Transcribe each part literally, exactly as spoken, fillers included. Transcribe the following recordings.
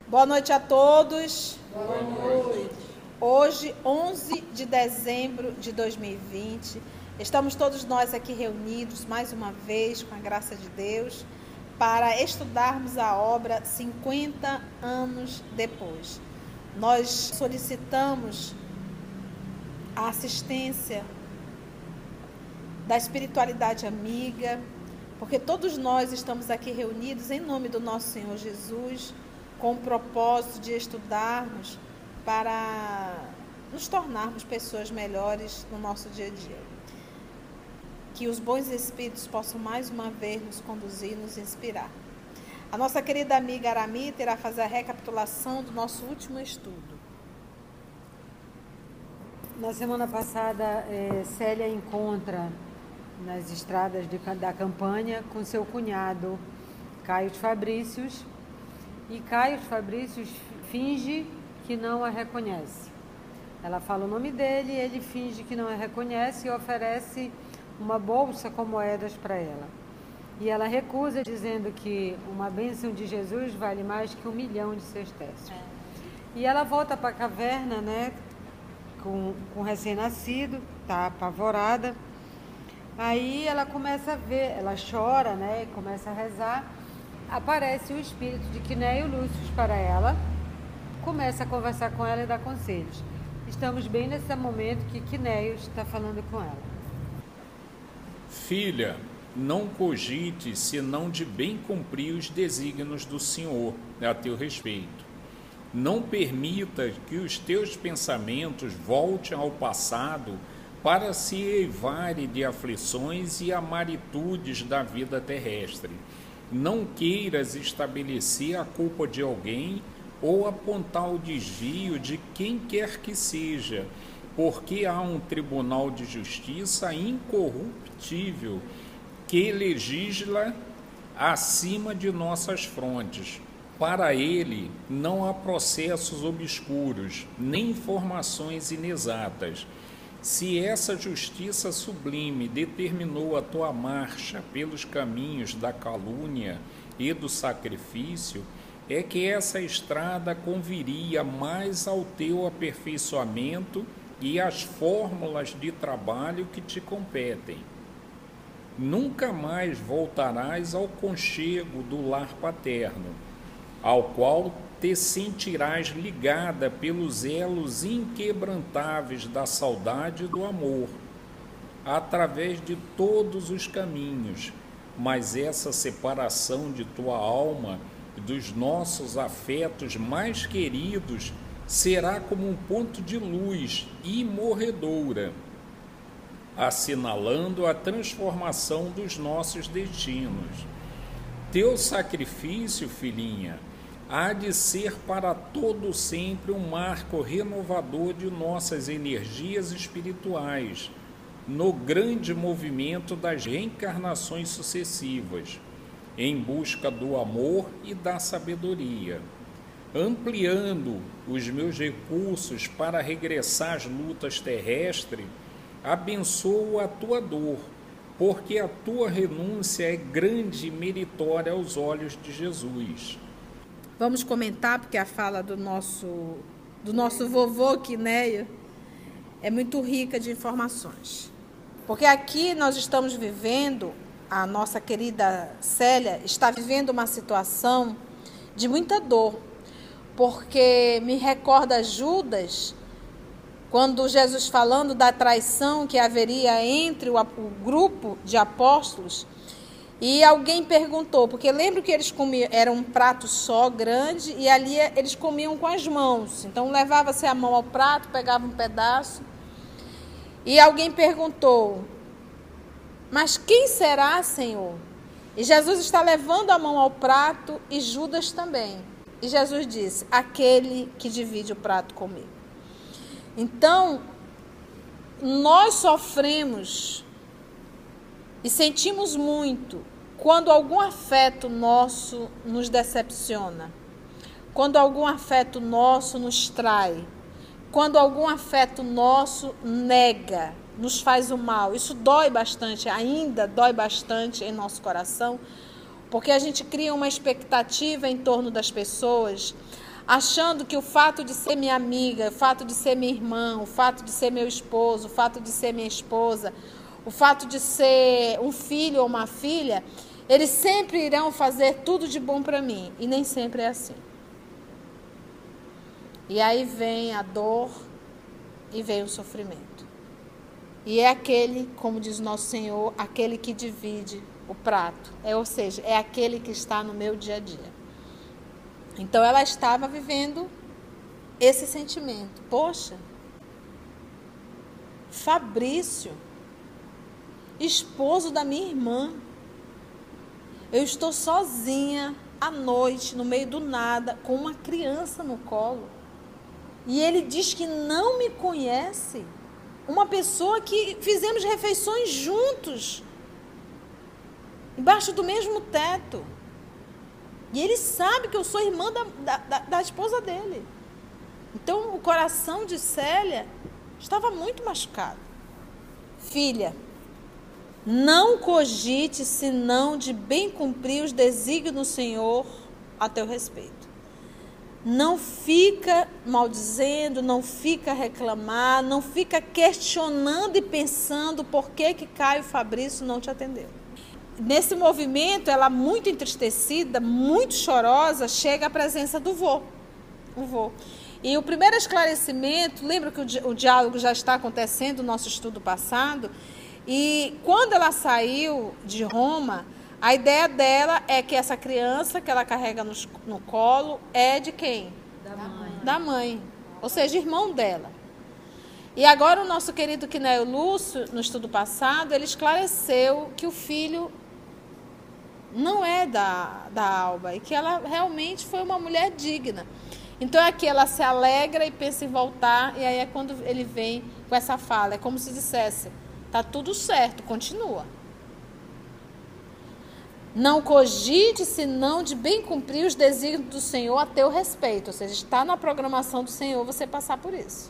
Boa noite a todos. Boa noite. Hoje, onze de dezembro de dois mil e vinte, estamos todos nós aqui reunidos mais uma vez, com a graça de Deus, para estudarmos a obra cinquenta anos depois. Nós solicitamos a assistência da espiritualidade amiga, porque todos nós estamos aqui reunidos em nome do nosso Senhor Jesus, com o propósito de estudarmos para nos tornarmos pessoas melhores no nosso dia a dia. Que os bons espíritos possam mais uma vez nos conduzir e nos inspirar. A nossa querida amiga Arami irá fazer a recapitulação do nosso último estudo. Na semana passada, é, Célia encontra nas estradas de, da campanha com seu cunhado, Caio de Fabrícios, e Caio de Fabrícios finge que não a reconhece. Ela fala o nome dele, ele finge que não a reconhece e oferece uma bolsa com moedas para ela. E ela recusa, dizendo que uma bênção de Jesus vale mais que um milhão de sestércios. É. E ela volta para a caverna, né, com, com o recém-nascido, está apavorada. Aí ela começa a ver, ela chora, né, e começa a rezar. Aparece o espírito de Quinéio Lúcio para ela, começa a conversar com ela e dar conselhos. Estamos bem nesse momento que Quinéio está falando com ela. Filha, não cogite senão de bem cumprir os desígnios do Senhor a teu respeito. Não permita que os teus pensamentos voltem ao passado para se eivarem de aflições e amaritudes da vida terrestre. Não queiras estabelecer a culpa de alguém ou apontar o desvio de quem quer que seja, porque há um tribunal de justiça incorruptível que legisla acima de nossas frontes. Para ele não há processos obscuros, nem informações inexatas. Se essa justiça sublime determinou a tua marcha pelos caminhos da calúnia e do sacrifício, é que essa estrada conviria mais ao teu aperfeiçoamento e às fórmulas de trabalho que te competem. Nunca mais voltarás ao conchego do lar paterno, ao qual te sentirás ligada pelos elos inquebrantáveis da saudade e do amor, através de todos os caminhos, mas essa separação de tua alma e dos nossos afetos mais queridos será como um ponto de luz imorredoura, assinalando a transformação dos nossos destinos. Teu sacrifício, filhinha, há de ser para todo sempre um marco renovador de nossas energias espirituais, no grande movimento das reencarnações sucessivas, em busca do amor e da sabedoria. Ampliando os meus recursos para regressar às lutas terrestres, abençoo a tua dor, porque a tua renúncia é grande e meritória aos olhos de Jesus. Vamos comentar, porque a fala do nosso, do nosso vovô Quinéio é muito rica de informações. Porque aqui nós estamos vivendo, a nossa querida Célia está vivendo uma situação de muita dor, porque me recorda Judas, quando Jesus falando da traição que haveria entre o, o grupo de apóstolos. E alguém perguntou, porque lembro que eles comiam, era um prato só, grande, e ali eles comiam com as mãos. Então levava-se a mão ao prato, pegava um pedaço. E alguém perguntou, mas quem será, Senhor? E Jesus está levando a mão ao prato e Judas também. E Jesus disse, aquele que divide o prato comigo. Então, nós sofremos e sentimos muito quando algum afeto nosso nos decepciona, quando algum afeto nosso nos trai, quando algum afeto nosso nega, nos faz o mal. Isso dói bastante, ainda dói bastante em nosso coração, porque a gente cria uma expectativa em torno das pessoas, achando que o fato de ser minha amiga, o fato de ser minha irmã, o fato de ser meu esposo, o fato de ser minha esposa, o fato de ser um filho ou uma filha, eles sempre irão fazer tudo de bom para mim. E nem sempre é assim. E aí vem a dor e vem o sofrimento. E é aquele, como diz o nosso Senhor, aquele que divide o prato. É, ou seja, é aquele que está no meu dia a dia. Então ela estava vivendo esse sentimento. Poxa, Fabrício, esposo da minha irmã, eu estou sozinha à noite, no meio do nada, com uma criança no colo. E ele diz que não me conhece. Uma pessoa que fizemos refeições juntos, embaixo do mesmo teto. E ele sabe que eu sou irmã da, da, da esposa dele. Então o coração de Célia estava muito machucado. Filha, não cogite senão de bem cumprir os desígnios do Senhor a teu respeito. Não fica maldizendo, não fica reclamar, não fica questionando e pensando por que que Caio Fabrício não te atendeu. Nesse movimento, ela muito entristecida, muito chorosa, chega à presença do vô. O vô. E o primeiro esclarecimento, lembra que o, di- o diálogo já está acontecendo no nosso estudo passado? E quando ela saiu de Roma, a ideia dela é que essa criança que ela carrega no, no colo é de quem? Da mãe. Da mãe. Ou seja, irmão dela. E agora o nosso querido Quinéio Lúcio, no estudo passado, ele esclareceu que o filho não é da, da Alba e que ela realmente foi uma mulher digna. Então aqui ela se alegra e pensa em voltar, e aí é quando ele vem com essa fala, é como se dissesse, tá tudo certo, continua. Não cogite senão de bem cumprir os desígnios do Senhor a teu respeito, ou seja, está na programação do Senhor você passar por isso.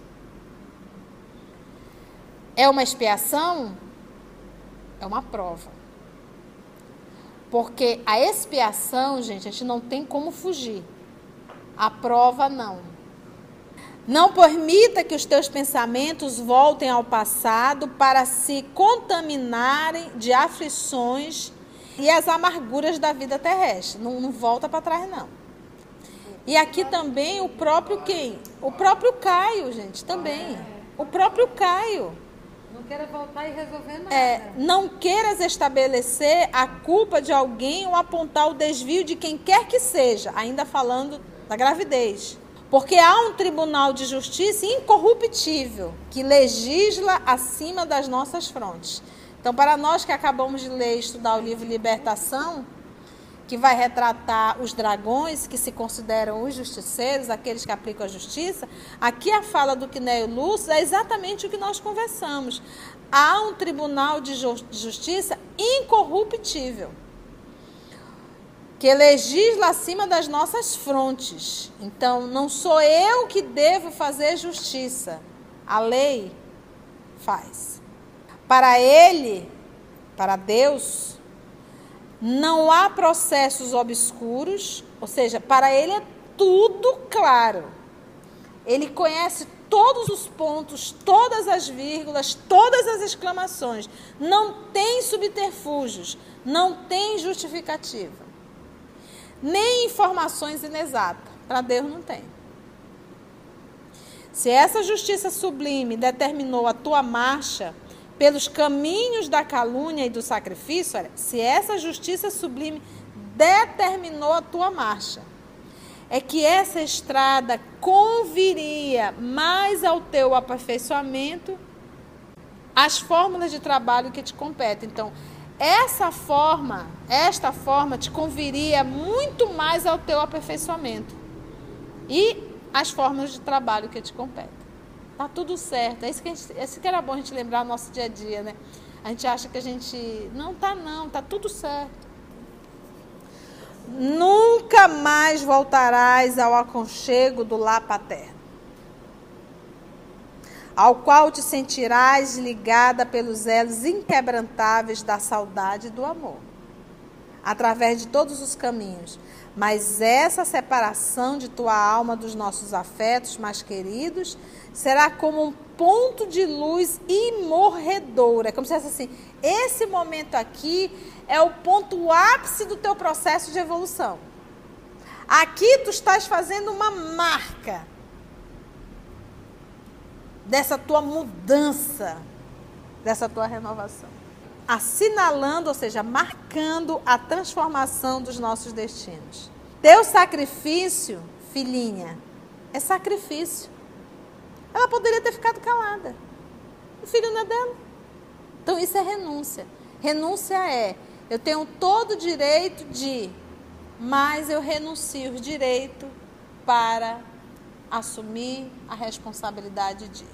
É uma expiação? É uma prova. Porque a expiação, gente, a gente não tem como fugir. A prova, não. Não permita que os teus pensamentos voltem ao passado para se contaminarem de aflições e as amarguras da vida terrestre. Não, não volta para trás, não. E aqui também o próprio quem? O próprio Caio, gente, também. O próprio Caio. Não queira voltar e resolver nada. É, não queiras estabelecer a culpa de alguém ou apontar o desvio de quem quer que seja, ainda falando da gravidez. Porque há um tribunal de justiça incorruptível que legisla acima das nossas frontes. Então, para nós que acabamos de ler e estudar o livro Libertação, que vai retratar os dragões que se consideram os justiceiros, aqueles que aplicam a justiça, aqui a fala do Quinéio Lúcio é exatamente o que nós conversamos. Há um tribunal de justiça incorruptível, que legisla acima das nossas frontes. Então, não sou eu que devo fazer justiça. A lei faz. Para ele, para Deus, não há processos obscuros, ou seja, para ele é tudo claro. Ele conhece todos os pontos, todas as vírgulas, todas as exclamações. Não tem subterfúgios, não tem justificativa. Nem informações inexatas. Para Deus não tem. Se essa justiça sublime determinou a tua marcha pelos caminhos da calúnia e do sacrifício, olha, se essa justiça sublime determinou a tua marcha, é que essa estrada conviria mais ao teu aperfeiçoamento as fórmulas de trabalho que te competem. Então, essa forma, esta forma te conviria muito mais ao teu aperfeiçoamento e as fórmulas de trabalho que te competem. Tá tudo certo. É isso que, a gente, é isso que era bom a gente lembrar no nosso dia a dia, né? A gente acha que a gente... Não, tá não. Tá tudo certo. Nunca mais voltarás ao aconchego do lar paterno, ao qual te sentirás ligada pelos elos inquebrantáveis da saudade e do amor. através de todos os caminhos. Mas essa separação de tua alma dos nossos afetos mais queridos será como um ponto de luz imorredor. É como se fosse assim, esse momento aqui é o ponto ápice do teu processo de evolução. Aqui tu estás fazendo uma marca dessa tua mudança, dessa tua renovação. Assinalando, ou seja, marcando a transformação dos nossos destinos. Teu sacrifício, filhinha, é sacrifício. Ela poderia ter ficado calada. O filho não é dela. Então isso é renúncia. Renúncia é, eu tenho todo o direito de, mas eu renuncio o direito para assumir a responsabilidade de.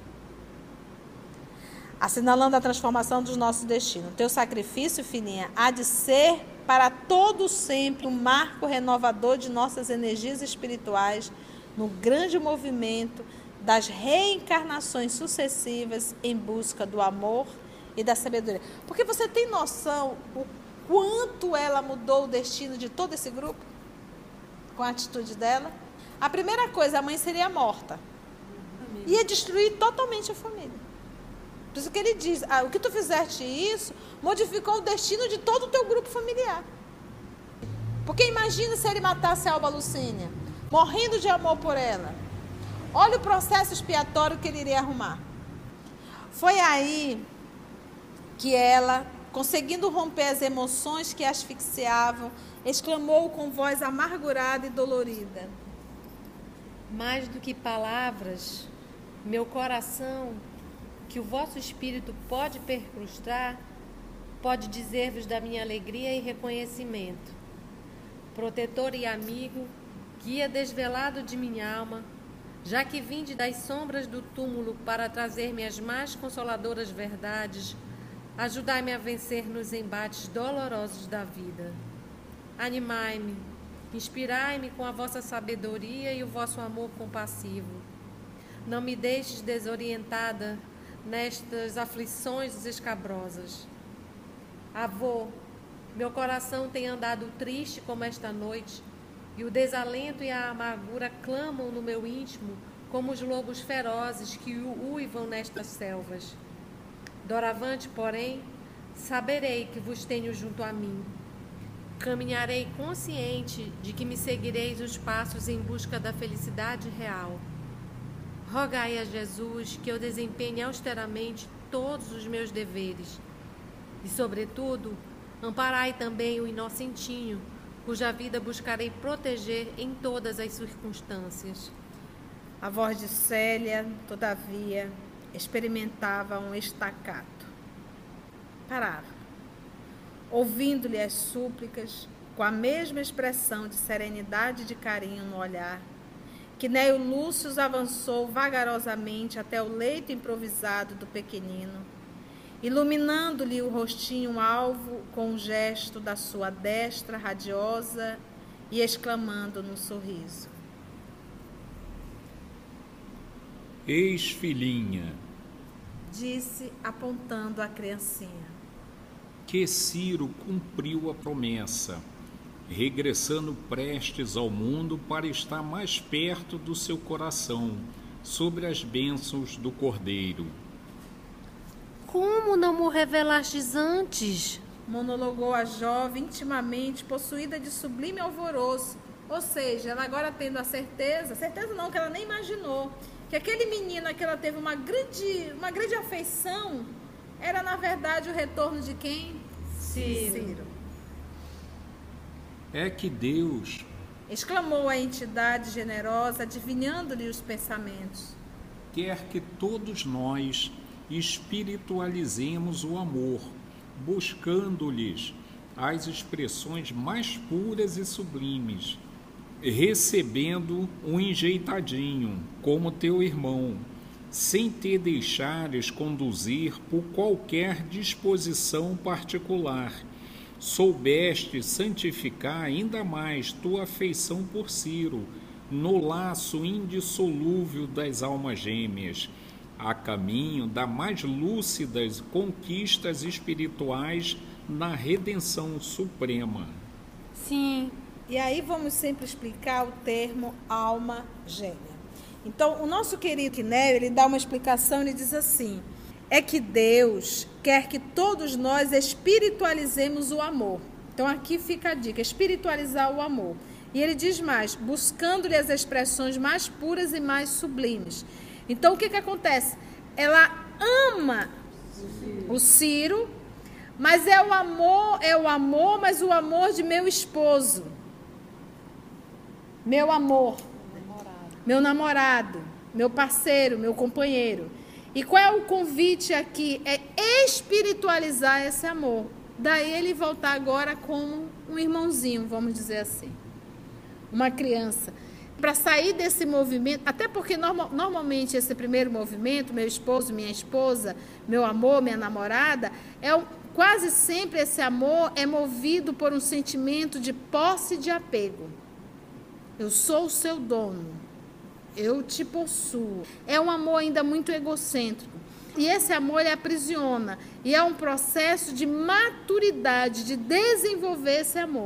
Assinalando a transformação dos nossos destinos. Teu sacrifício, filhinha, há de ser para todo sempre um marco renovador de nossas energias espirituais no grande movimento das reencarnações sucessivas em busca do amor e da sabedoria. Porque você tem noção o quanto ela mudou o destino de todo esse grupo? Com a atitude dela? A primeira coisa, a mãe seria morta. Ia destruir totalmente a família. Por isso que ele diz, ah, o que tu fizeste isso, modificou o destino de todo o teu grupo familiar. Porque imagina se ele matasse a Alba Lucínia, morrendo de amor por ela. Olha o processo expiatório que ele iria arrumar. Foi aí que ela, conseguindo romper as emoções que a asfixiavam, exclamou com voz amargurada e dolorida. Mais do que palavras, meu coração, que o vosso espírito pode percrustar, pode dizer-vos da minha alegria e reconhecimento. Protetor e amigo, guia desvelado de minha alma, já que vinde das sombras do túmulo para trazer-me as mais consoladoras verdades, ajudai-me a vencer nos embates dolorosos da vida. Animai-me, inspirai-me com a vossa sabedoria e o vosso amor compassivo. Não me deixes desorientada nestas aflições escabrosas. Avô, meu coração tem andado triste como esta noite, e o desalento e a amargura clamam no meu íntimo como os lobos ferozes que uivam nestas selvas. Doravante, porém, saberei que vos tenho junto a mim. Caminharei consciente de que me seguireis os passos em busca da felicidade real. Rogai a Jesus que eu desempenhe austeramente todos os meus deveres. E, sobretudo, amparai também o inocentinho, cuja vida buscarei proteger em todas as circunstâncias. A voz de Célia, todavia, experimentava um estacato. Parava, ouvindo-lhe as súplicas, com a mesma expressão de serenidade e de carinho no olhar, que Neio Lúcio avançou vagarosamente até o leito improvisado do pequenino, iluminando-lhe o rostinho alvo com um gesto da sua destra radiosa e exclamando num sorriso: Eis, filhinha, disse apontando a criancinha, que Ciro cumpriu a promessa, regressando prestes ao mundo para estar mais perto do seu coração, sobre as bênçãos do Cordeiro. Como não me revelastes antes? Monologou a jovem intimamente, possuída de sublime alvoroço. Ou seja, ela agora tendo a certeza, certeza não, que ela nem imaginou, que aquele menino a que ela teve uma grande, uma grande afeição, era na verdade o retorno de quem? Ciro. Ciro. É que Deus, exclamou a entidade generosa, adivinhando-lhe os pensamentos, quer que todos nós espiritualizemos o amor, buscando-lhes as expressões mais puras e sublimes, recebendo um enjeitadinho, como teu irmão, sem te deixares conduzir por qualquer disposição particular. Soubeste santificar ainda mais tua afeição por Ciro, no laço indissolúvel das almas gêmeas, a caminho das mais lúcidas conquistas espirituais na redenção suprema. Sim. E aí vamos sempre explicar o termo alma gêmea. Então, o nosso querido Quinéio, ele dá uma explicação, ele diz assim: é que Deus quer que todos nós espiritualizemos o amor. Então, aqui fica a dica, espiritualizar o amor. E ele diz mais, buscando-lhe as expressões mais puras e mais sublimes. Então, o que que acontece? Ela ama o Ciro, mas é o amor, é o amor, mas o amor de meu esposo. Meu amor. Namorado. Meu namorado, meu parceiro, meu companheiro. E qual é o convite aqui? É espiritualizar esse amor. Daí ele voltar agora como um irmãozinho, vamos dizer assim. Uma criança. Para sair desse movimento, até porque normal, normalmente esse primeiro movimento, meu esposo, minha esposa, meu amor, minha namorada, é um, quase sempre esse amor é movido por um sentimento de posse e de apego. Eu sou o seu dono, eu te possuo. É um amor ainda muito egocêntrico. E esse amor ele aprisiona. E é um processo de maturidade, de desenvolver esse amor.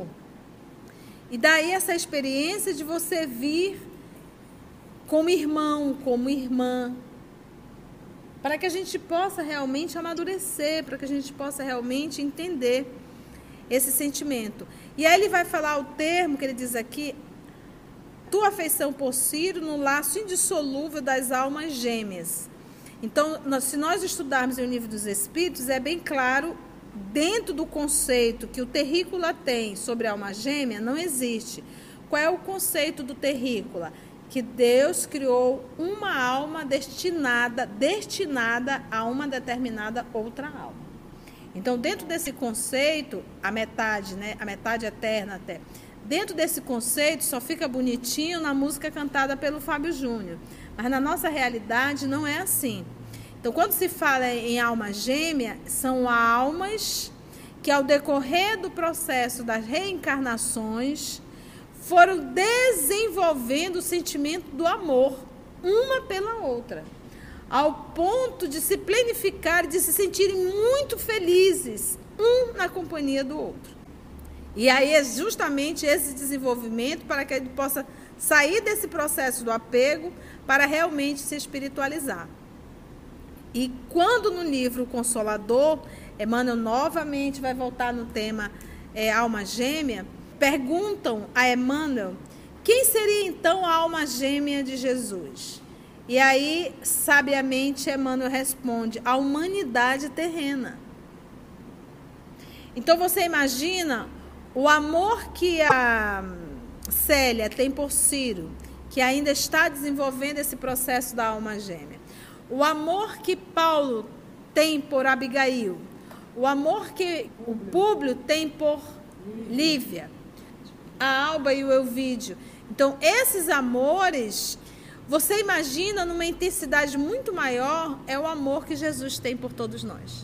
E daí essa experiência de você vir como irmão, como irmã, para que a gente possa realmente amadurecer, para que a gente possa realmente entender esse sentimento. E aí ele vai falar o termo que ele diz aqui, tua afeição por Ciro no laço indissolúvel das almas gêmeas. Então, nós, se nós estudarmos o livro dos Espíritos, é bem claro, dentro do conceito que o terrícola tem sobre a alma gêmea, não existe. Qual é o conceito do terrícola? Que Deus criou uma alma destinada, destinada a uma determinada outra alma. Então, dentro desse conceito, a metade, né, a metade eterna até, dentro desse conceito só fica bonitinho na música cantada pelo Fábio Júnior. Mas na nossa realidade não é assim. Então, quando se fala em alma gêmea, são almas que ao decorrer do processo das reencarnações foram desenvolvendo o sentimento do amor, uma pela outra, ao ponto de se planificar e de se sentirem muito felizes, um na companhia do outro. E aí é justamente esse desenvolvimento para que ele possa sair desse processo do apego para realmente se espiritualizar. E quando no livro Consolador, Emmanuel novamente vai voltar no tema é, alma gêmea, perguntam a Emmanuel quem seria então a alma gêmea de Jesus. E aí, sabiamente, Emmanuel responde, a humanidade terrena. Então você imagina o amor que a Célia tem por Ciro, que ainda está desenvolvendo esse processo da alma gêmea. O amor que Paulo tem por Abigail. O amor que o Públio tem por Lívia. A Alba e o Elvídio. Então, esses amores, você imagina numa intensidade muito maior, é o amor que Jesus tem por todos nós.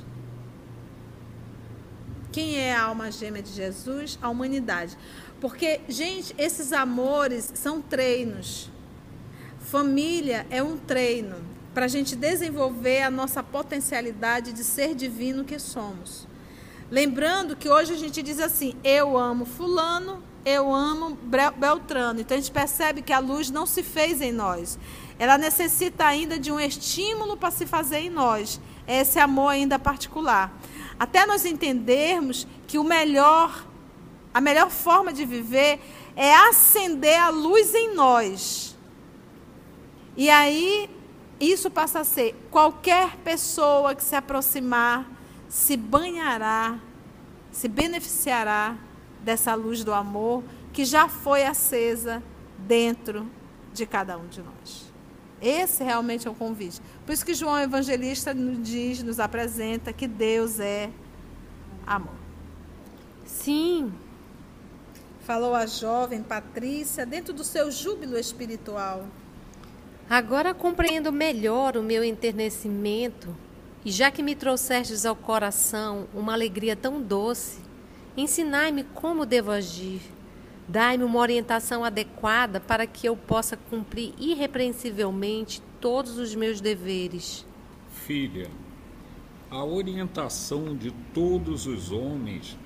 Quem é a alma gêmea de Jesus? A humanidade. Porque, gente, esses amores são treinos. Família é um treino para a gente desenvolver a nossa potencialidade de ser divino que somos. Lembrando que hoje a gente diz assim, eu amo fulano, eu amo Beltrano. Então a gente percebe que a luz não se fez em nós. Ela necessita ainda de um estímulo para se fazer em nós. Esse amor ainda particular. Até nós entendermos que o melhor, a melhor forma de viver é acender a luz em nós. E aí, isso passa a ser, qualquer pessoa que se aproximar, se banhará, se beneficiará dessa luz do amor que já foi acesa dentro de cada um de nós. Esse realmente é o convite. Por isso que João Evangelista nos diz, nos apresenta que Deus é amor. Sim. Falou a jovem Patrícia dentro do seu júbilo espiritual. Agora compreendo melhor o meu enternecimento, e já que me trouxestes ao coração uma alegria tão doce, ensinai-me como devo agir. Dai-me uma orientação adequada para que eu possa cumprir irrepreensivelmente todos os meus deveres. Filha, a orientação de todos os homens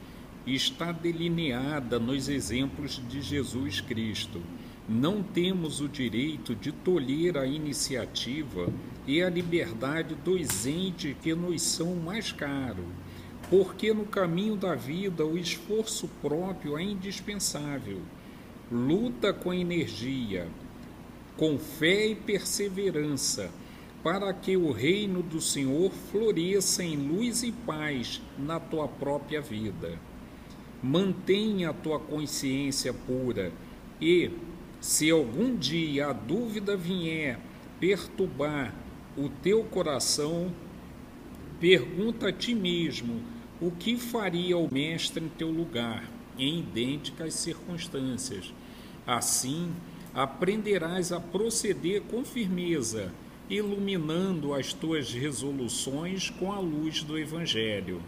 está delineada nos exemplos de Jesus Cristo. Não temos o direito de tolher a iniciativa e a liberdade dos entes que nos são mais caros, porque no caminho da vida o esforço próprio é indispensável. Luta com energia, com fé e perseverança, para que o reino do Senhor floresça em luz e paz na tua própria vida. Mantenha a tua consciência pura e, se algum dia a dúvida vier perturbar o teu coração, pergunta a ti mesmo o que faria o Mestre em teu lugar, em idênticas circunstâncias. Assim, aprenderás a proceder com firmeza, iluminando as tuas resoluções com a luz do Evangelho.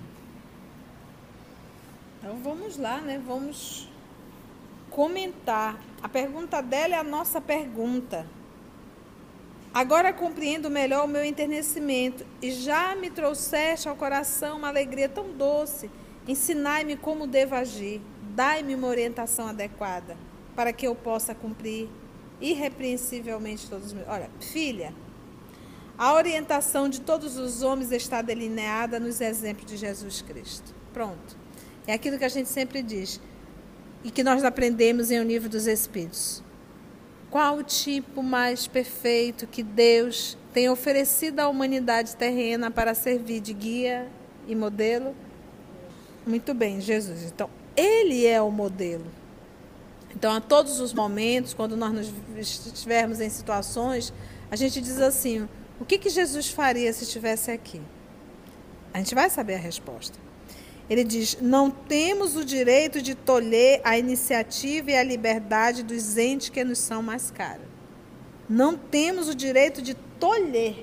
Então vamos lá, né? Vamos comentar. A pergunta dela é a nossa pergunta. Agora compreendo melhor o meu enternecimento e já me trouxeste ao coração uma alegria tão doce. Ensinai-me como devo agir. Dai-me uma orientação adequada para que eu possa cumprir irrepreensivelmente todos os meus... Olha, filha, a orientação de todos os homens está delineada nos exemplos de Jesus Cristo. Pronto. É aquilo que a gente sempre diz e que nós aprendemos em O Livro dos Espíritos. Qual o tipo mais perfeito que Deus tem oferecido à humanidade terrena para servir de guia e modelo? Muito bem, Jesus. Então, Ele é o modelo. Então, a todos os momentos, quando nós nos estivermos em situações, a gente diz assim, o que, que Jesus faria se estivesse aqui? A gente vai saber a resposta. Ele diz, não temos o direito de tolher a iniciativa e a liberdade dos entes que nos são mais caros. Não temos o direito de tolher.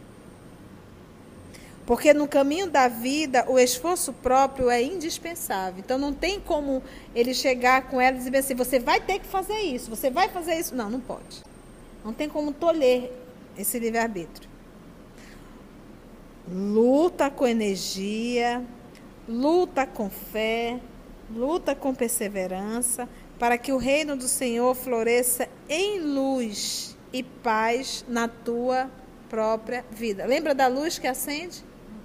Porque no caminho da vida, o esforço próprio é indispensável. Então, não tem como ele chegar com ela e dizer assim, você vai ter que fazer isso, você vai fazer isso. Não, não pode. Não tem como tolher esse livre-arbítrio. Luta com energia... Luta com fé, luta com perseverança, para que o reino do Senhor floresça em luz e paz na tua própria vida. Lembra da luz que acende?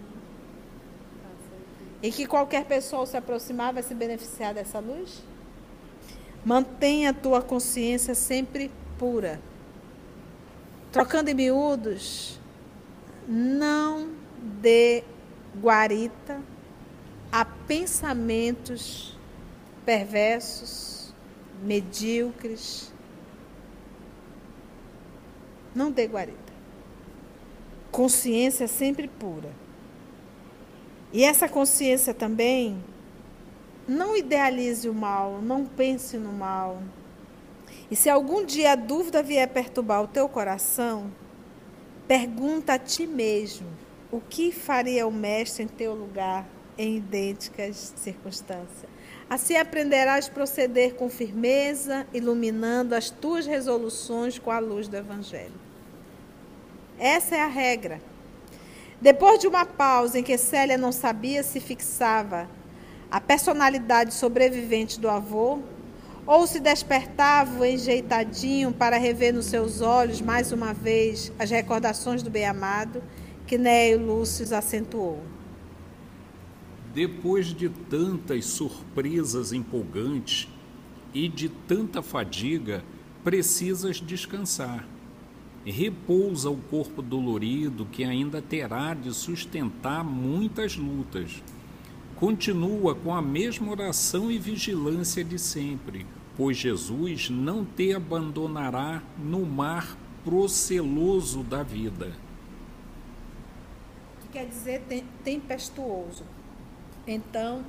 E que qualquer pessoa ao se aproximar vai se beneficiar dessa luz? Mantenha a tua consciência sempre pura. Trocando em miúdos, não dê guarita a pensamentos perversos, medíocres. Não dê guarita. Consciência sempre pura. E essa consciência também, não idealize o mal, não pense no mal. E se algum dia a dúvida vier perturbar o teu coração, pergunta a ti mesmo, o que faria o Mestre em teu lugar? Em idênticas circunstâncias. Assim aprenderás a proceder com firmeza, iluminando as tuas resoluções com a luz do Evangelho. Essa é a regra. Depois de uma pausa em que Célia não sabia se fixava a personalidade sobrevivente do avô, ou se despertava o enjeitadinho para rever nos seus olhos mais uma vez as recordações do bem-amado, que Neio Lúcio acentuou. Depois de tantas surpresas empolgantes e de tanta fadiga, precisas descansar. Repousa o corpo dolorido que ainda terá de sustentar muitas lutas. Continua com a mesma oração e vigilância de sempre, pois Jesus não te abandonará no mar proceloso da vida. Que quer dizer tempestuoso. Então,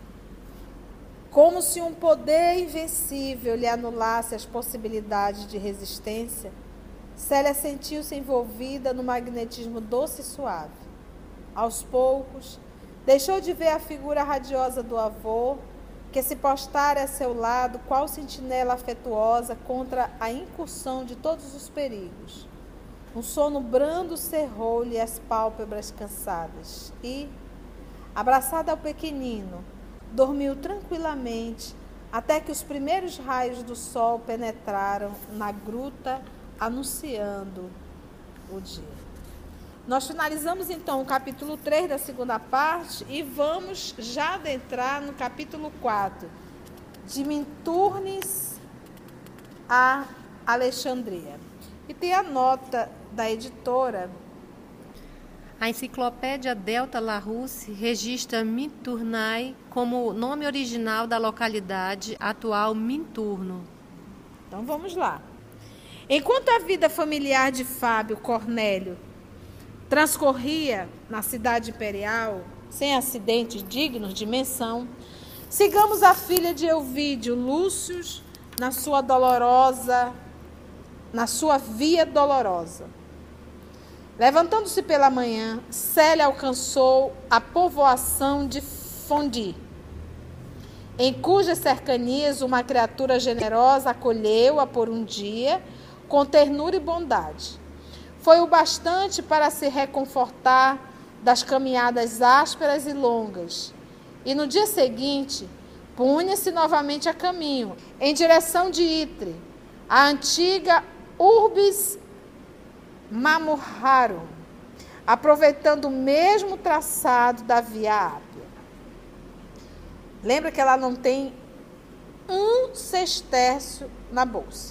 como se um poder invencível lhe anulasse as possibilidades de resistência, Célia sentiu-se envolvida no magnetismo doce e suave. Aos poucos, deixou de ver a figura radiosa do avô, que se postara a seu lado, qual sentinela afetuosa contra a incursão de todos os perigos. Um sono brando cerrou-lhe as pálpebras cansadas e, abraçada ao pequenino, dormiu tranquilamente até que os primeiros raios do sol penetraram na gruta, anunciando o dia. Nós finalizamos então o capítulo três da segunda parte e vamos já adentrar no capítulo quatro, de Minturnes a Alexandria. E tem a nota da editora. A enciclopédia Delta Larousse registra Minturnae como nome original da localidade atual Minturno. Então vamos lá. Enquanto a vida familiar de Fábio Cornélio transcorria na cidade imperial, sem acidentes dignos de menção, sigamos a filha de Elvídio, Lúcio, na sua dolorosa, na sua via dolorosa. Levantando-se pela manhã, Célia alcançou a povoação de Fondi, em cujas cercanias uma criatura generosa acolheu-a por um dia, com ternura e bondade. Foi o bastante para se reconfortar das caminhadas ásperas e longas. E no dia seguinte, punha-se novamente a caminho, em direção de Itre, a antiga Urbis Mamurrarum, aproveitando o mesmo traçado da Via Ápia. Lembra que ela não tem um sestércio na bolsa.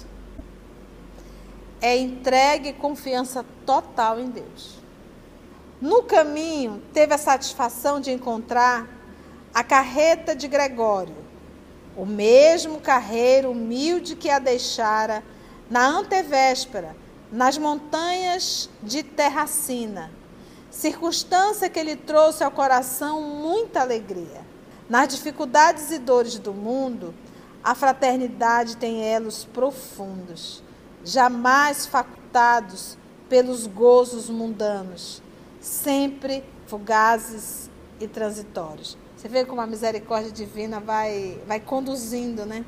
É entregue e confiança total em Deus. No caminho, teve a satisfação de encontrar a carreta de Gregório, o mesmo carreiro humilde que a deixara na antevéspera, nas montanhas de Terracina, circunstância que lhe trouxe ao coração muita alegria. Nas dificuldades e dores do mundo, a fraternidade tem elos profundos, jamais facultados pelos gozos mundanos, sempre fugazes e transitórios. Você vê como a misericórdia divina vai, vai conduzindo, né?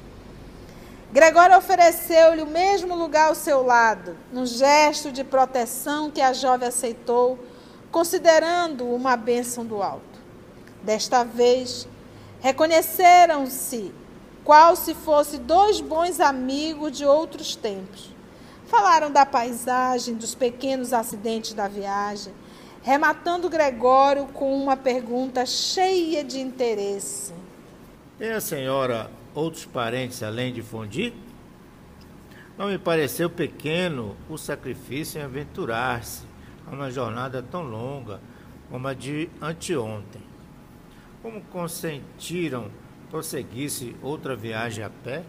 Gregório ofereceu-lhe o mesmo lugar ao seu lado, num gesto de proteção que a jovem aceitou, considerando uma bênção do alto. Desta vez, reconheceram-se qual se fosse dois bons amigos de outros tempos. Falaram da paisagem, dos pequenos acidentes da viagem, rematando Gregório com uma pergunta cheia de interesse. Tem a senhora outros parentes além de Fondi? Não me pareceu pequeno o sacrifício em aventurar-se a uma jornada tão longa como a de anteontem. Como consentiram prosseguisse outra viagem a pé?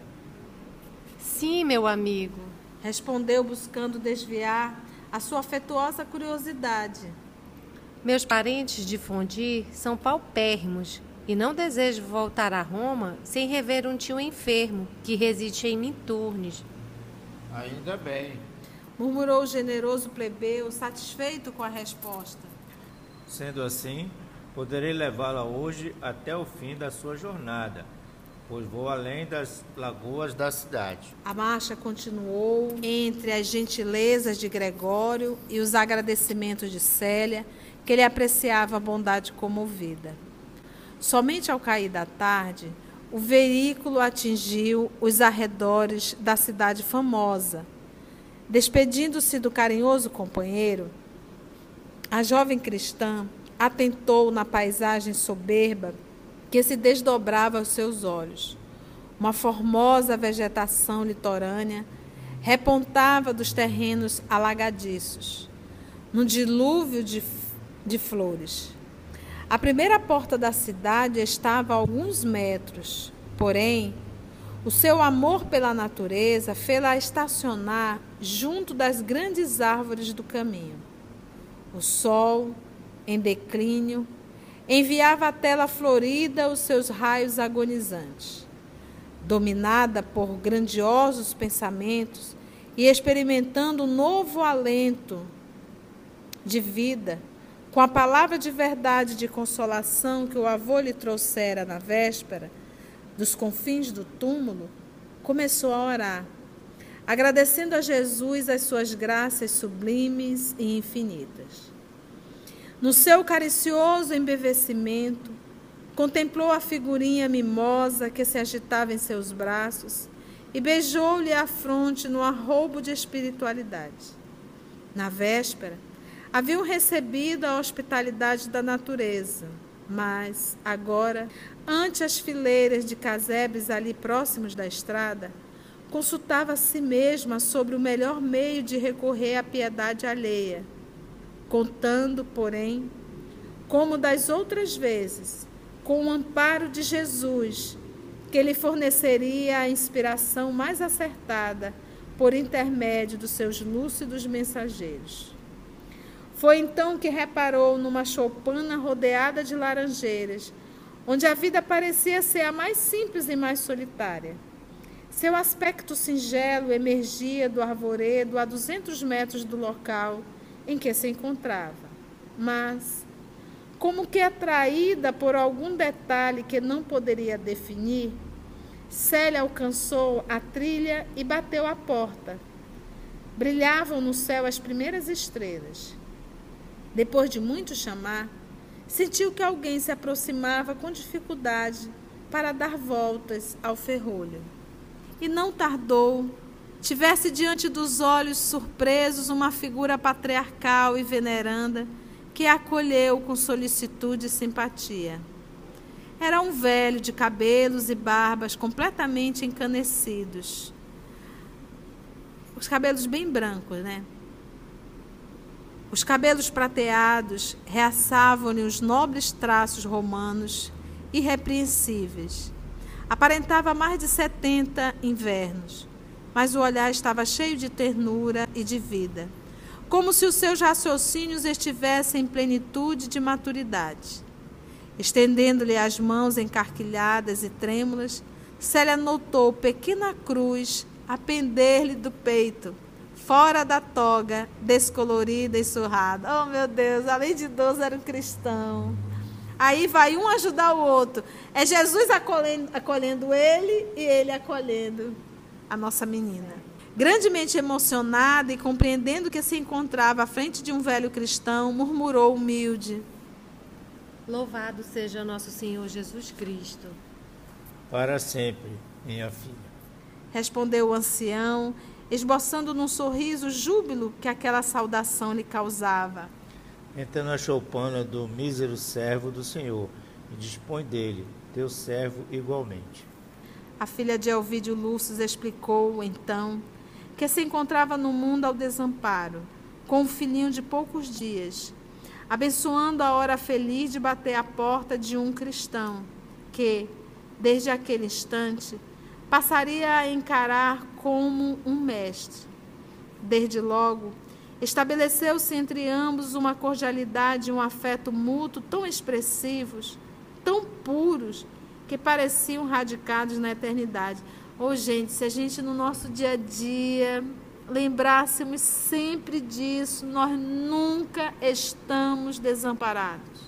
Sim, meu amigo, respondeu, buscando desviar a sua afetuosa curiosidade. Meus parentes de Fondi são paupérrimos e não desejo voltar a Roma sem rever um tio enfermo que reside em Minturnes. Ainda bem, murmurou o generoso plebeu, satisfeito com a resposta. Sendo assim, poderei levá-la hoje até o fim da sua jornada, pois vou além das lagoas da cidade. A marcha continuou entre as gentilezas de Gregório e os agradecimentos de Célia, que ele apreciava a bondade comovida. Somente ao cair da tarde, o veículo atingiu os arredores da cidade famosa. Despedindo-se do carinhoso companheiro, a jovem cristã atentou na paisagem soberba que se desdobrava aos seus olhos. Uma formosa vegetação litorânea repontava dos terrenos alagadiços, num dilúvio de, de flores. A primeira porta da cidade estava a alguns metros, porém, o seu amor pela natureza fê-la estacionar junto das grandes árvores do caminho. O sol, em declínio, enviava à tela florida os seus raios agonizantes. Dominada por grandiosos pensamentos e experimentando um novo alento de vida, com a palavra de verdade e de consolação que o avô lhe trouxera na véspera, dos confins do túmulo, começou a orar, agradecendo a Jesus as suas graças sublimes e infinitas. No seu caricioso embevecimento, contemplou a figurinha mimosa que se agitava em seus braços e beijou-lhe a fronte no arroubo de espiritualidade. Na véspera, haviam recebido a hospitalidade da natureza, mas, agora, ante as fileiras de casebres ali próximos da estrada, consultava a si mesma sobre o melhor meio de recorrer à piedade alheia, contando, porém, como das outras vezes, com o amparo de Jesus, que lhe forneceria a inspiração mais acertada por intermédio dos seus lúcidos mensageiros. Foi então que reparou numa choupana rodeada de laranjeiras, onde a vida parecia ser a mais simples e mais solitária. Seu aspecto singelo emergia do arvoredo a duzentos metros do local em que se encontrava. Mas, como que atraída por algum detalhe que não poderia definir, Célia alcançou a trilha e bateu à porta. Brilhavam no céu as primeiras estrelas. Depois de muito chamar, sentiu que alguém se aproximava com dificuldade para dar voltas ao ferrolho. E não tardou, tivesse diante dos olhos surpresos uma figura patriarcal e veneranda que a acolheu com solicitude e simpatia. Era um velho de cabelos e barbas completamente encanecidos. Os cabelos bem brancos, né? Os cabelos prateados realçavam-lhe os nobres traços romanos irrepreensíveis. Aparentava mais de setenta invernos, mas o olhar estava cheio de ternura e de vida, como se os seus raciocínios estivessem em plenitude de maturidade. Estendendo-lhe as mãos encarquilhadas e trêmulas, Célia notou pequena cruz a pender-lhe do peito, fora da toga, descolorida e surrada. Oh, meu Deus, além de idoso, era um cristão. Aí vai um ajudar o outro. É Jesus acolhendo, acolhendo ele e ele acolhendo a nossa menina. Grandemente emocionada e compreendendo que se encontrava à frente de um velho cristão, murmurou humilde: Louvado seja nosso Senhor Jesus Cristo. Para sempre, minha filha. Respondeu o ancião, esboçando num sorriso júbilo que aquela saudação lhe causava. Entra na choupana do mísero servo do Senhor e dispõe dele, teu servo igualmente. A filha de Elvídio Lúcio explicou, então, que se encontrava no mundo ao desamparo, com um filhinho de poucos dias, abençoando a hora feliz de bater à porta de um cristão, que, desde aquele instante, passaria a encarar como um mestre. Desde logo, estabeleceu-se entre ambos uma cordialidade e um afeto mútuo tão expressivos, tão puros, que pareciam radicados na eternidade. Oh, gente, se a gente no nosso dia a dia lembrássemos sempre disso, nós nunca estamos desamparados.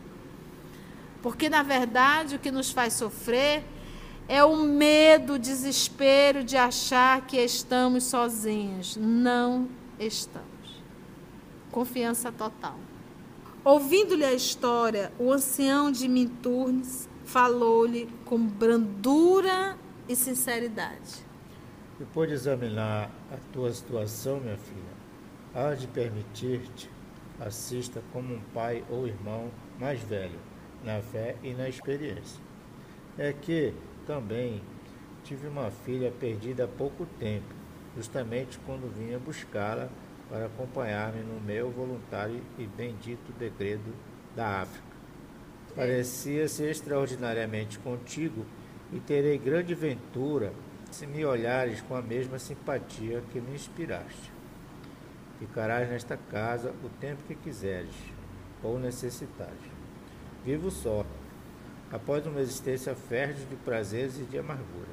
Porque, na verdade, o que nos faz sofrer é o medo, o desespero de achar que estamos sozinhos. Não estamos. Confiança total. Ouvindo-lhe a história, o ancião de Minturnes falou-lhe com brandura e sinceridade. Depois de examinar a tua situação, minha filha, há de permitir-te assista como um pai ou irmão mais velho, na fé e na experiência. É que, também, tive uma filha perdida há pouco tempo, justamente quando vinha buscá-la para acompanhar-me no meu voluntário e bendito degredo da África. Parecia-se extraordinariamente contigo e terei grande ventura se me olhares com a mesma simpatia que me inspiraste. Ficarás nesta casa o tempo que quiseres ou necessitares. Vivo só, após uma existência fértil de prazeres e de amarguras.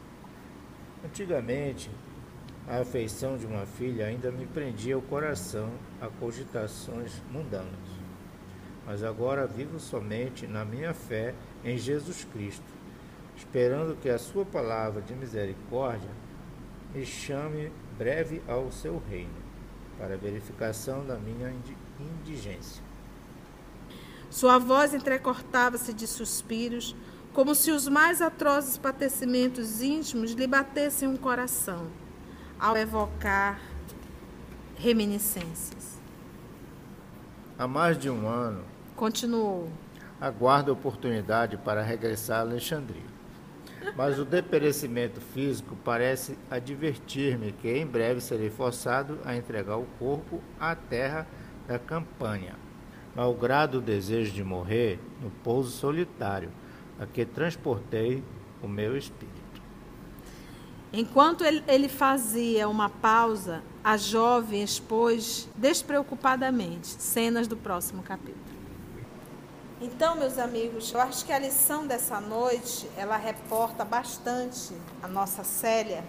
Antigamente, a afeição de uma filha ainda me prendia o coração a cogitações mundanas. Mas agora vivo somente na minha fé em Jesus Cristo, esperando que a sua palavra de misericórdia me chame breve ao seu reino, para a verificação da minha indigência. Sua voz entrecortava-se de suspiros, como se os mais atrozes padecimentos íntimos lhe batessem um coração, ao evocar reminiscências. Há mais de um ano, continuou, aguardo a oportunidade para regressar a Alexandria. Mas o deperecimento físico parece advertir-me que em breve serei forçado a entregar o corpo à terra da Campanha, malgrado o desejo de morrer no pouso solitário a que transportei o meu espírito. Enquanto ele, ele fazia uma pausa, a jovem expôs despreocupadamente cenas do próximo capítulo. Então, meus amigos, eu acho que a lição dessa noite, ela reporta bastante a nossa Célia,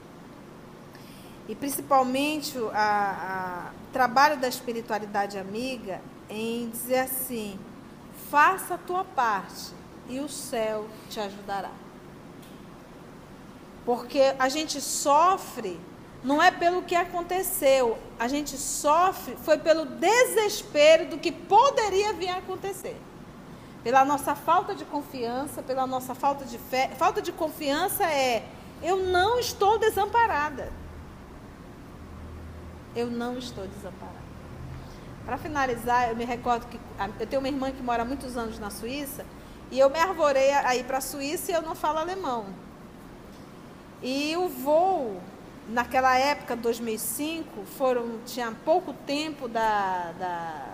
e principalmente o trabalho da espiritualidade amiga em dizer assim: faça a tua parte e o céu te ajudará. Porque a gente sofre, não é pelo que aconteceu, a gente sofre foi pelo desespero do que poderia vir a acontecer. Pela nossa falta de confiança, pela nossa falta de fé. Falta de confiança é: eu não estou desamparada. Eu não estou desamparada. Para finalizar, eu me recordo que eu tenho uma irmã que mora há muitos anos na Suíça, e eu me arvorei a ir para a Suíça e eu não falo alemão. E o voo, naquela época, dois mil e cinco, foram, tinha pouco tempo da... da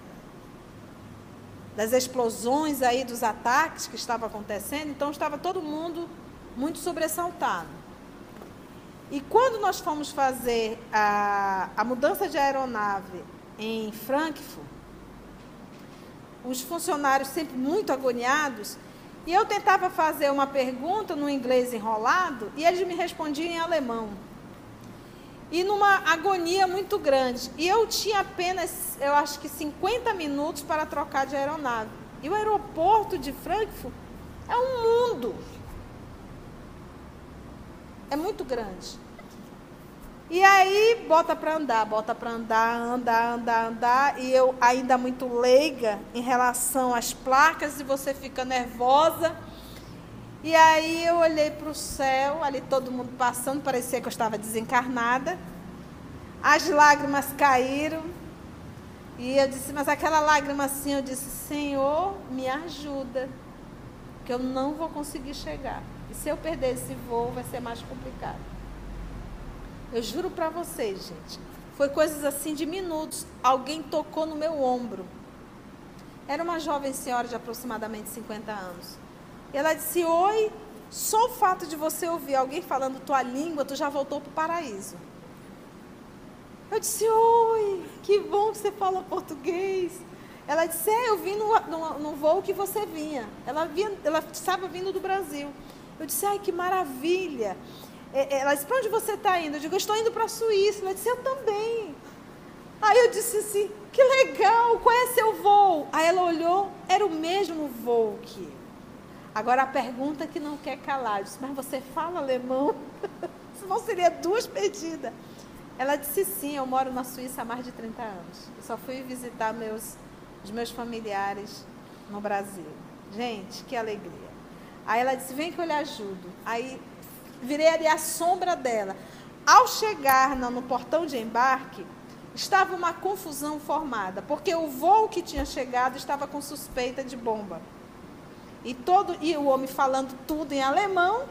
das explosões aí, dos ataques que estavam acontecendo, então estava todo mundo muito sobressaltado. E quando nós fomos fazer a, a mudança de aeronave em Frankfurt, os funcionários sempre muito agoniados, e eu tentava fazer uma pergunta no inglês enrolado, e eles me respondiam em alemão. E numa agonia muito grande. E eu tinha apenas, eu acho que cinquenta minutos para trocar de aeronave. E o aeroporto de Frankfurt é um mundo. É muito grande. E aí, bota para andar, bota para andar, andar, andar, andar. E eu ainda muito leiga em relação às placas, e você fica nervosa. E aí eu olhei para o céu, ali todo mundo passando, parecia que eu estava desencarnada. As lágrimas caíram. E eu disse, mas aquela lágrima assim, eu disse: Senhor, me ajuda, que eu não vou conseguir chegar. E se eu perder esse voo, vai ser mais complicado. Eu juro para vocês, gente, foi coisas assim de minutos. Alguém tocou no meu ombro. Era uma jovem senhora de aproximadamente cinquenta anos. E ela disse: oi, só o fato de você ouvir alguém falando tua língua, tu já voltou para o paraíso. Eu disse: oi, que bom que você fala português. Ela disse: é, eu vim no, no, no voo que você vinha. Ela, vinha, ela estava vindo do Brasil. Eu disse: ai, que maravilha. Ela disse: para onde você está indo? Eu digo: eu estou indo para a Suíça. Ela disse: eu também. Aí eu disse assim: que legal, qual é seu voo? Aí ela olhou, era o mesmo voo que eu. Agora a pergunta que não quer calar, eu disse: mas você fala alemão? Senão seria duas perdidas. Ela disse: sim, eu moro na Suíça há mais de trinta anos. Eu só fui visitar meus, os meus familiares no Brasil. Gente, que alegria. Aí ela disse: vem que eu lhe ajudo. Aí virei ali a sombra dela. Ao chegar no, no portão de embarque, estava uma confusão formada, porque o voo que tinha chegado estava com suspeita de bomba. E, todo, e o homem falando tudo em alemão,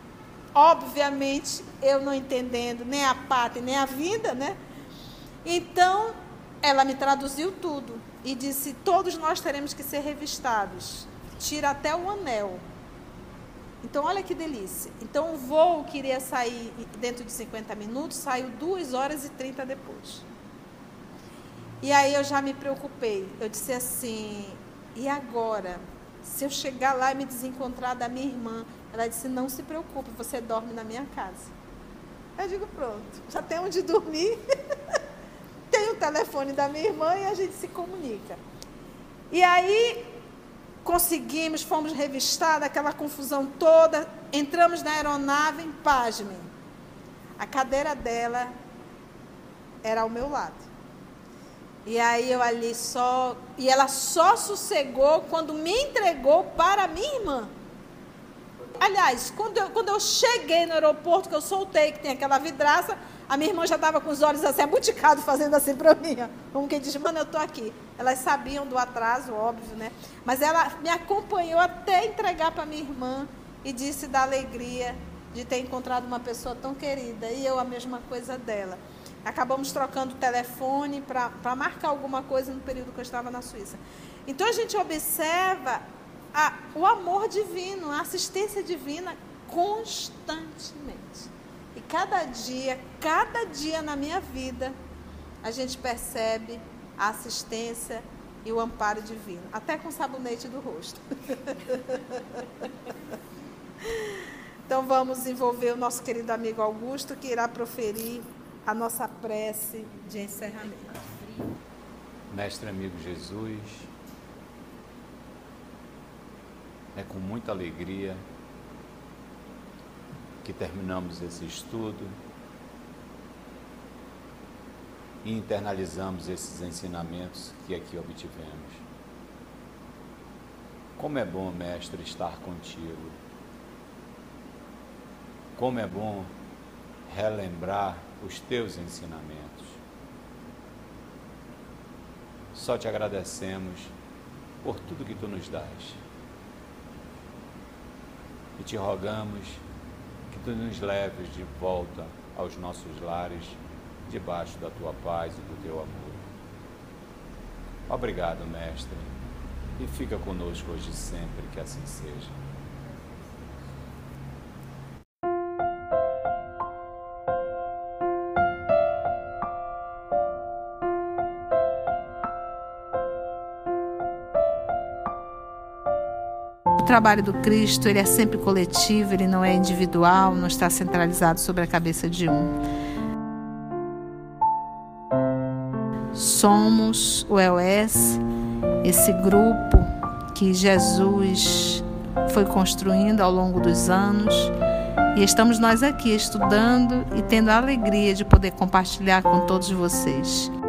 obviamente eu não entendendo nem a pátria nem a vida, né? Então, ela me traduziu tudo e disse: todos nós teremos que ser revistados, tira até o anel. Então, olha que delícia. Então, o voo que iria sair dentro de cinquenta minutos, saiu duas horas e trinta depois. E aí eu já me preocupei. Eu disse assim: e agora? Se eu chegar lá e me desencontrar da minha irmã? Ela disse: não se preocupe, você dorme na minha casa. Eu digo: pronto, já tem onde dormir. Tem o telefone da minha irmã e a gente se comunica. E aí conseguimos, fomos revistados, aquela confusão toda, entramos na aeronave, pasmem. A cadeira dela era ao meu lado. E aí eu ali só... E ela só sossegou quando me entregou para a minha irmã. Aliás, quando eu, quando eu cheguei no aeroporto, que eu soltei, que tem aquela vidraça, a minha irmã já estava com os olhos assim, abuticados, fazendo assim para mim. Ó. Como quem diz, mano, eu estou aqui. Elas sabiam do atraso, óbvio, né? Mas ela me acompanhou até entregar para minha irmã e disse da alegria de ter encontrado uma pessoa tão querida. E eu a mesma coisa dela. Acabamos trocando o telefone para marcar alguma coisa no período que eu estava na Suíça. Então, a gente observa a, o amor divino, a assistência divina constantemente. E cada dia, cada dia na minha vida, a gente percebe a assistência e o amparo divino. Até com sabonete do rosto. Então, vamos envolver o nosso querido amigo Augusto, que irá proferir a nossa prece de encerramento. Mestre amigo Jesus, é com muita alegria que terminamos esse estudo e internalizamos esses ensinamentos que aqui obtivemos. Como é bom, Mestre, estar contigo. Como é bom relembrar os teus ensinamentos. Só te agradecemos por tudo que tu nos dás. E te rogamos que tu nos leves de volta aos nossos lares, debaixo da tua paz e do teu amor. Obrigado, Mestre, e fica conosco hoje e sempre, que assim seja. O trabalho do Cristo, ele é sempre coletivo, ele não é individual, não está centralizado sobre a cabeça de um. Somos o E O S, esse grupo que Jesus foi construindo ao longo dos anos, e estamos nós aqui estudando e tendo a alegria de poder compartilhar com todos vocês.